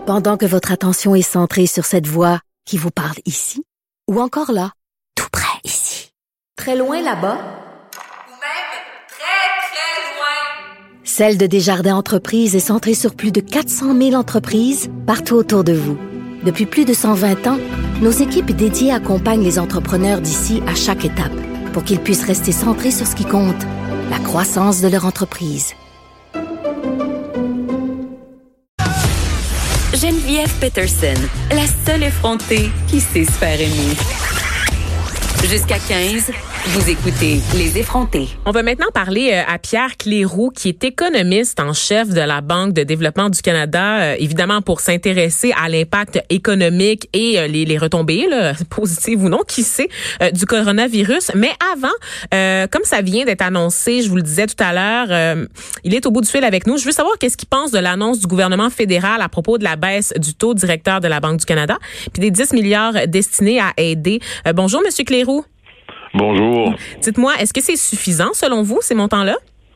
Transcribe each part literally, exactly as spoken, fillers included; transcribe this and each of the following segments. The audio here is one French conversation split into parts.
Pendant que votre attention est centrée sur cette voix qui vous parle ici, ou encore là, tout près ici, très loin là-bas, ou même très, très loin, Celle de Desjardins Entreprises est centrée sur plus de quatre cent mille entreprises partout autour de vous. Depuis plus de cent vingt ans, nos équipes dédiées accompagnent les entrepreneurs d'ici à chaque étape pour qu'ils puissent rester centrés sur ce qui compte, la croissance de leur entreprise. Geneviève Peterson, la seule effrontée qui sait se faire aimer. Jusqu'à quinze, vous écoutez Les Effrontés. On va maintenant parler à Pierre Cleyroux, qui est économiste en chef de la Banque de développement du Canada, évidemment pour s'intéresser à l'impact économique et les, les retombées, là, positives ou non, qui sait, euh, du coronavirus. Mais avant, euh, comme ça vient d'être annoncé, je vous le disais tout à l'heure, euh, il est au bout du fil avec nous. Je veux savoir qu'est-ce qu'il pense de l'annonce du gouvernement fédéral à propos de la baisse du taux directeur de la Banque du Canada, puis des dix milliards destinés à aider. Euh, bonjour, Monsieur Cleyroux. Bonjour. Dites-moi, est-ce que c'est suffisant selon vous, ces montants-là?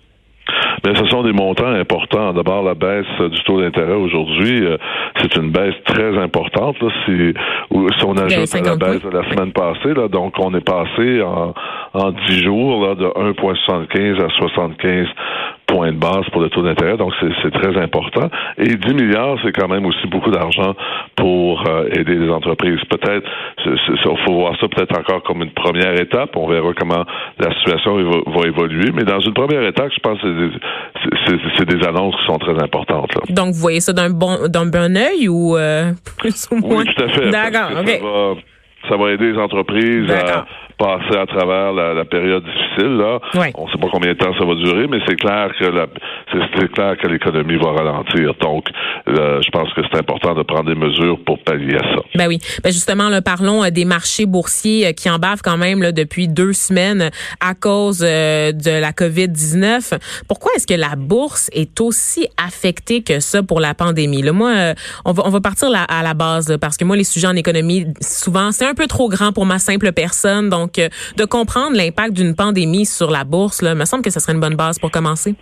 Bien, ce sont des montants importants. D'abord, la baisse du taux d'intérêt aujourd'hui, euh, c'est une baisse très importante. Là, si, ou, si on ajoute à la baisse de la semaine passée, là, donc on est passé en, en dix jours là, de un virgule soixante-quinze à soixante-quinze points de base pour le taux d'intérêt. Donc, c'est, c'est très important. Et dix milliards, c'est quand même aussi beaucoup d'argent pour euh, aider les entreprises. Peut-être, il faut voir ça peut-être encore comme une première étape. On verra comment la situation va, va évoluer. Mais dans une première étape, je pense que c'est des, c'est, c'est, c'est des annonces qui sont très importantes. Là. Donc, vous voyez ça d'un bon, d'un bon œil ou euh, plus ou moins? Oui, tout à fait. D'accord, OK. Ça va, ça va aider les entreprises D'accord. à passer à travers la, la période difficile. Là. Oui. On ne sait pas combien de temps ça va durer, mais c'est clair que la, c'est, c'est clair que l'économie va ralentir. Donc, euh, je pense que c'est important de prendre des mesures pour pallier à ça. Ben oui. Ben justement, là, parlons euh, des marchés boursiers euh, qui en bavent quand même là, depuis deux semaines à cause euh, de la covid dix-neuf. Pourquoi est-ce que la bourse est aussi affectée que ça pour la pandémie? Là, moi, euh, on va on va partir là, à la base là, parce que moi, les sujets en économie, souvent, c'est un peu trop grand pour ma simple personne. Donc, Donc, de comprendre l'impact d'une pandémie sur la bourse, là, me semble que ce serait une bonne base pour commencer.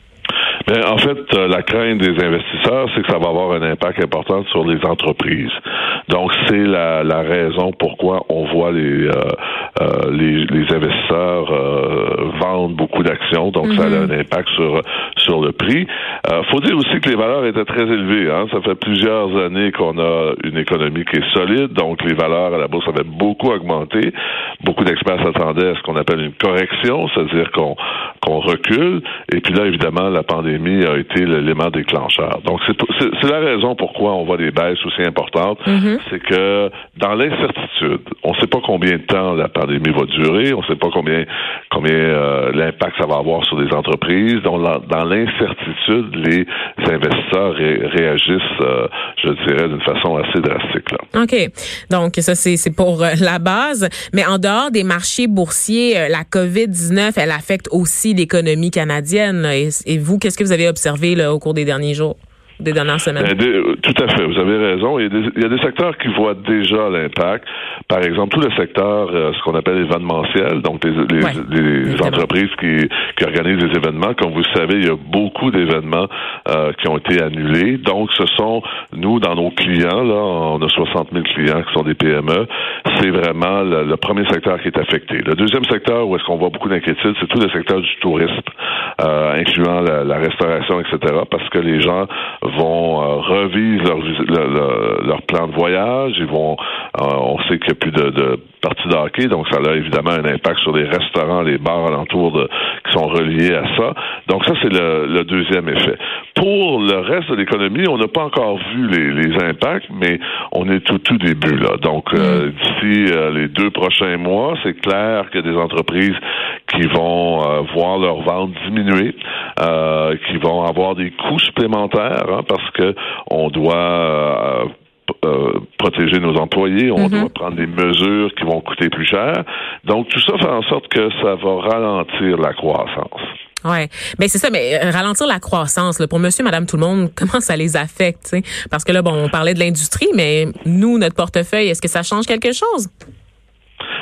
Bien, en fait, euh, la crainte des investisseurs, c'est que ça va avoir un impact important sur les entreprises. Donc, c'est la, la raison pourquoi on voit les euh, euh, les, les investisseurs euh, vendre beaucoup d'actions. Donc, mm-hmm. ça a un impact sur sur le prix. Euh, faut dire aussi que les valeurs étaient très élevées. Hein? Ça fait plusieurs années qu'on a une économie qui est solide. Donc, les valeurs à la bourse avaient beaucoup augmenté. Beaucoup d'experts s'attendaient à ce qu'on appelle une correction, c'est-à-dire qu'on qu'on recule. Et puis là, évidemment, la pandémie a été l'élément déclencheur. Donc, c'est, c'est, c'est la raison pourquoi on voit des baisses aussi importantes. Mm-hmm. C'est que dans l'incertitude, on ne sait pas combien de temps la pandémie va durer, on ne sait pas combien combien euh, l'impact ça va avoir sur les entreprises. Donc, dans, dans l'incertitude, les investisseurs ré, réagissent, euh, je dirais, d'une façon assez drastique. Là. OK. Donc, ça, c'est, c'est pour euh, la base. Mais en dehors des marchés boursiers, euh, la covid dix-neuf, elle affecte aussi l'économie canadienne. Et, et vous, qu'est-ce que vous avez observé là, au cours des derniers jours, des dernières semaines? Euh, de, tout à fait, vous avez raison. Il y a des, il y a des secteurs qui voient déjà l'impact. Par exemple, tout le secteur, euh, ce qu'on appelle événementiel, donc les, les, ouais, les entreprises qui, qui organisent des événements. Comme vous le savez, il y a beaucoup d'événements euh, qui ont été annulés. Donc, ce sont, nous, dans nos clients, là, on a soixante mille clients qui sont des P M E. C'est vraiment le, le premier secteur qui est affecté. Le deuxième secteur où est-ce qu'on voit beaucoup d'inquiétude, c'est tout le secteur du tourisme, euh, incluant la, la restauration, et cetera, parce que les gens vont euh, revivre leur, leur, leur, leur plan de voyage. Ils vont, euh, on sait qu'il n'y a plus de, de parties de hockey, donc ça a évidemment un impact sur les restaurants, les bars alentours de, qui sont reliés à ça. Donc ça, c'est le, le deuxième effet. Pour le reste de l'économie, on n'a pas encore vu les, les impacts, mais on est au tout début là. Donc euh, d'ici euh, les deux prochains mois, c'est clair qu'il y a des entreprises qui vont euh, voir leur vente diminuer, euh, qui vont avoir des coûts supplémentaires, hein, parce que on doit euh, Euh, protéger nos employés, on mm-hmm. doit prendre des mesures qui vont coûter plus cher. Donc, tout ça fait en sorte que ça va ralentir la croissance. Ouais, ben c'est ça, mais euh, ralentir la croissance là, pour monsieur, madame, tout le monde, comment ça les affecte, t'sais? Parce que là, bon, on parlait de l'industrie, mais nous, notre portefeuille, est-ce que ça change quelque chose?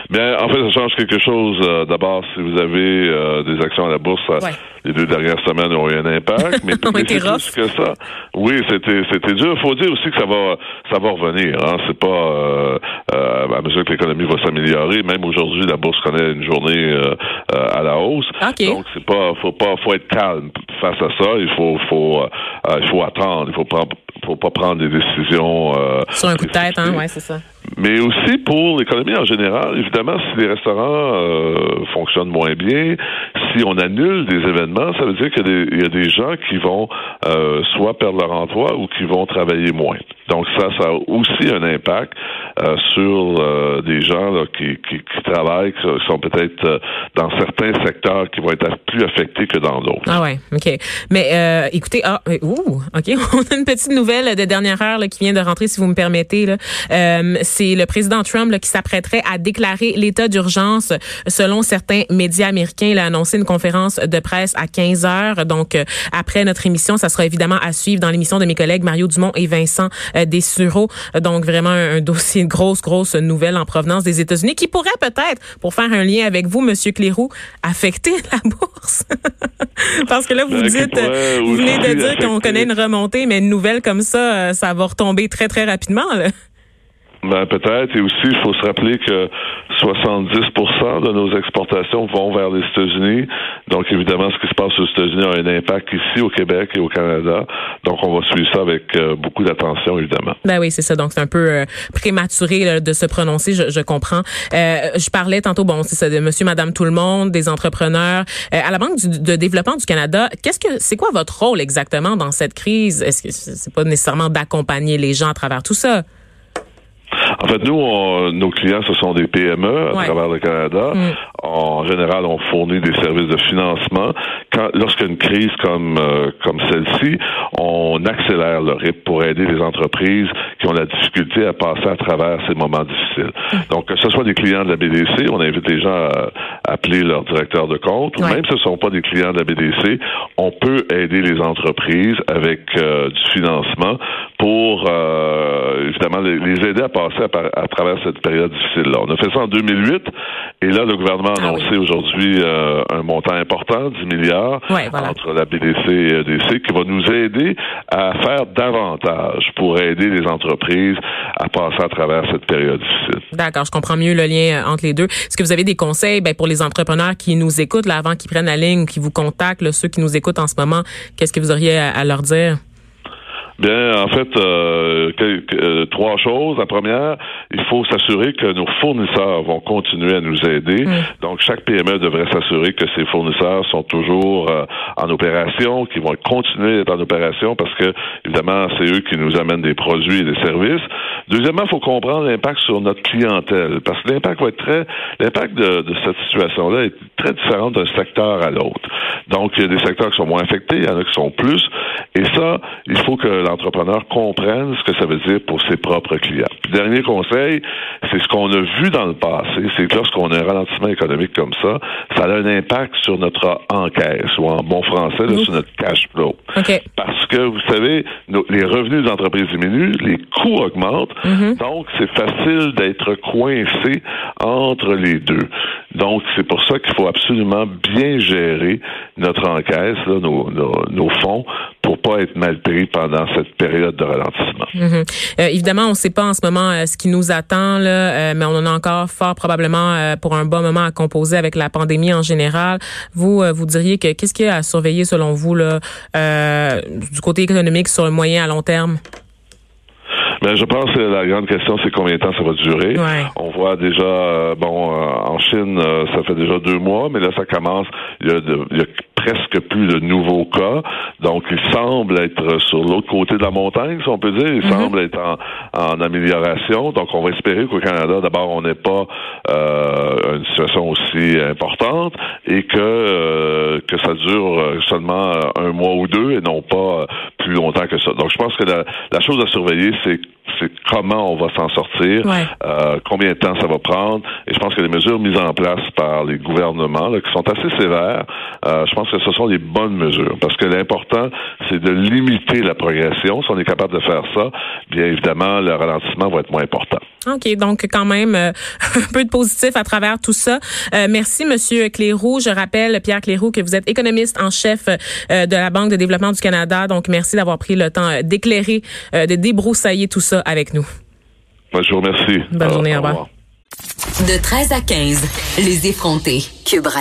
Bien, en fait, ça change quelque chose. Euh, d'abord, si vous avez euh, des actions à la bourse, ça, ouais. les deux dernières semaines ont eu un impact. Mais, mais c'est plus que ça. Oui, c'était c'était dur. Il faut dire aussi que ça va ça va revenir. Hein. C'est pas euh, euh, à mesure que l'économie va s'améliorer. Même aujourd'hui, la bourse connaît une journée euh, euh, à la hausse. Okay. Donc, c'est pas faut pas faut être calme face à ça. Il faut faut euh, il faut attendre. Il faut pas faut pas prendre des décisions euh, sur un coup de tête. Hein, ouais, c'est ça. Mais aussi pour l'économie en général, évidemment, si les restaurants euh, fonctionnent moins bien, si on annule des événements, ça veut dire qu'il y a des, il y a des gens qui vont euh, soit perdre leur emploi ou qui vont travailler moins. Donc ça, ça a aussi un impact euh, sur euh, des gens là, qui, qui, qui travaillent, qui sont peut-être euh, dans certains secteurs qui vont être plus affectés que dans d'autres. Ah ouais, ok. Mais euh, écoutez, ah, ouh, ok, on a une petite nouvelle de dernière heure là, qui vient de rentrer, si vous me permettez. Là. Euh, c'est le président Trump là, qui s'apprêterait à déclarer l'état d'urgence. Selon certains médias américains, il a annoncé une conférence de presse à quinze heures. Donc euh, après notre émission, ça sera évidemment à suivre dans l'émission de mes collègues Mario Dumont et Vincent euh, Dessureau. Donc vraiment un, un dossier, une grosse, grosse nouvelle en provenance des États-Unis qui pourrait peut-être, pour faire un lien avec vous, Monsieur Cléroux, affecter la bourse. Parce que là, vous ben, dites, pourrait, vous venez de dire qu'on connaît une remontée, mais une nouvelle comme ça, ça va retomber très, très rapidement, là. Ben, peut-être. Et aussi, il faut se rappeler que soixante-dix pour cent de nos exportations vont vers les États-Unis. Donc, évidemment, ce qui se passe aux États-Unis a un impact ici au Québec et au Canada. Donc, on va suivre ça avec euh, beaucoup d'attention, évidemment. Ben oui, c'est ça. Donc, c'est un peu euh, prématuré là, de se prononcer, je, je comprends. Euh, je parlais tantôt, bon, c'est ça, de monsieur, madame, tout le monde, des entrepreneurs. Euh, à la Banque du, de développement du Canada, qu'est-ce que c'est quoi votre rôle exactement dans cette crise? Est-ce que c'est pas nécessairement d'accompagner les gens à travers tout ça? En fait, nous, on, nos clients, ce sont des P M E à ouais. travers le Canada. Mm. En général, on fournit des services de financement. Quand, lorsqu'il y a une crise comme euh, comme celle-ci, on accélère le rythme pour aider les entreprises qui ont la difficulté à passer à travers ces moments difficiles. Mm. Donc, que ce soit des clients de la B D C, on invite les gens à, à appeler leur directeur de compte, ou ouais. même si ce ne sont pas des clients de la B D C, on peut aider les entreprises avec euh, du financement pour, euh, évidemment, les, les aider à passer à, à travers cette période difficile-là. On a fait ça en deux mille huit, et là, le gouvernement a annoncé ah oui. aujourd'hui euh, un montant important, dix milliards, ouais, voilà. entre la B D C et E D C, qui va nous aider à faire davantage pour aider les entreprises à passer à travers cette période difficile. D'accord, je comprends mieux le lien entre les deux. Est-ce que vous avez des conseils ben, pour les entrepreneurs qui nous écoutent là, avant qu'ils prennent la ligne, qui vous contactent, là, ceux qui nous écoutent en ce moment, qu'est-ce que vous auriez à, à leur dire? Bien, en fait, euh, que, euh, trois choses. La première, il faut s'assurer que nos fournisseurs vont continuer à nous aider. Mmh. Donc, chaque P M E devrait s'assurer que ses fournisseurs sont toujours euh, en opération, qu'ils vont continuer d'être en opération parce que, évidemment, c'est eux qui nous amènent des produits et des services. Deuxièmement, il faut comprendre l'impact sur notre clientèle parce que l'impact va être très, l'impact de, de cette situation-là est très différent d'un secteur à l'autre. Donc, il y a des secteurs qui sont moins affectés, il y en a qui sont plus. Et ça, il faut que l'entrepreneur comprenne ce que ça veut dire pour ses propres clients. Puis, dernier conseil, c'est ce qu'on a vu dans le passé, c'est que lorsqu'on a un ralentissement économique comme ça, ça a un impact sur notre encaisse, ou en bon français, là, mmh. sur notre cash flow. Okay. Parce que, vous savez, nos, les revenus des entreprises diminuent, les coûts augmentent, mmh. donc c'est facile d'être coincé entre les deux. Donc, c'est pour ça qu'il faut absolument bien gérer notre encaisse, là, nos, nos, nos fonds, pour pas être mal pris pendant cette période de ralentissement. Mm-hmm. Euh, évidemment, on ne sait pas en ce moment euh, ce qui nous attend, là, euh, mais on en a encore fort probablement euh, pour un bon moment à composer avec la pandémie en général. Vous, euh, vous diriez que qu'est-ce qu'il y a à surveiller selon vous là, euh, du côté économique sur le moyen à long terme? Ben, je pense que la grande question, c'est combien de temps ça va durer. Ouais. On voit déjà, euh, bon, euh, en Chine, euh, ça fait déjà deux mois, mais là, ça commence, il y a, de, il y a presque plus de nouveaux cas. Donc, il semble être sur l'autre côté de la montagne, si on peut dire. Il mm-hmm. semble être en, en amélioration. Donc, on va espérer qu'au Canada, d'abord, on n'ait pas euh, une situation aussi importante et que euh, que ça dure seulement un mois ou deux et non pas plus longtemps que ça. Donc, je pense que la, la chose à surveiller, c'est c'est comment on va s'en sortir, ouais. euh, combien de temps ça va prendre. Et je pense que les mesures mises en place par les gouvernements, là, qui sont assez sévères, euh, je pense que ce sont les bonnes mesures. Parce que l'important, c'est de limiter la progression. Si on est capable de faire ça, bien évidemment, le ralentissement va être moins important. OK, donc quand même euh, un peu de positif à travers tout ça. Euh, merci, Monsieur Cléroux. Je rappelle, Pierre Cléroux, que vous êtes économiste en chef euh, de la Banque de développement du Canada. Donc, merci d'avoir pris le temps euh, d'éclairer, euh, de débroussailler tout ça avec nous. Moi, je vous remercie. Bonne journée, au revoir. De treize à quinze, les effrontés. Cube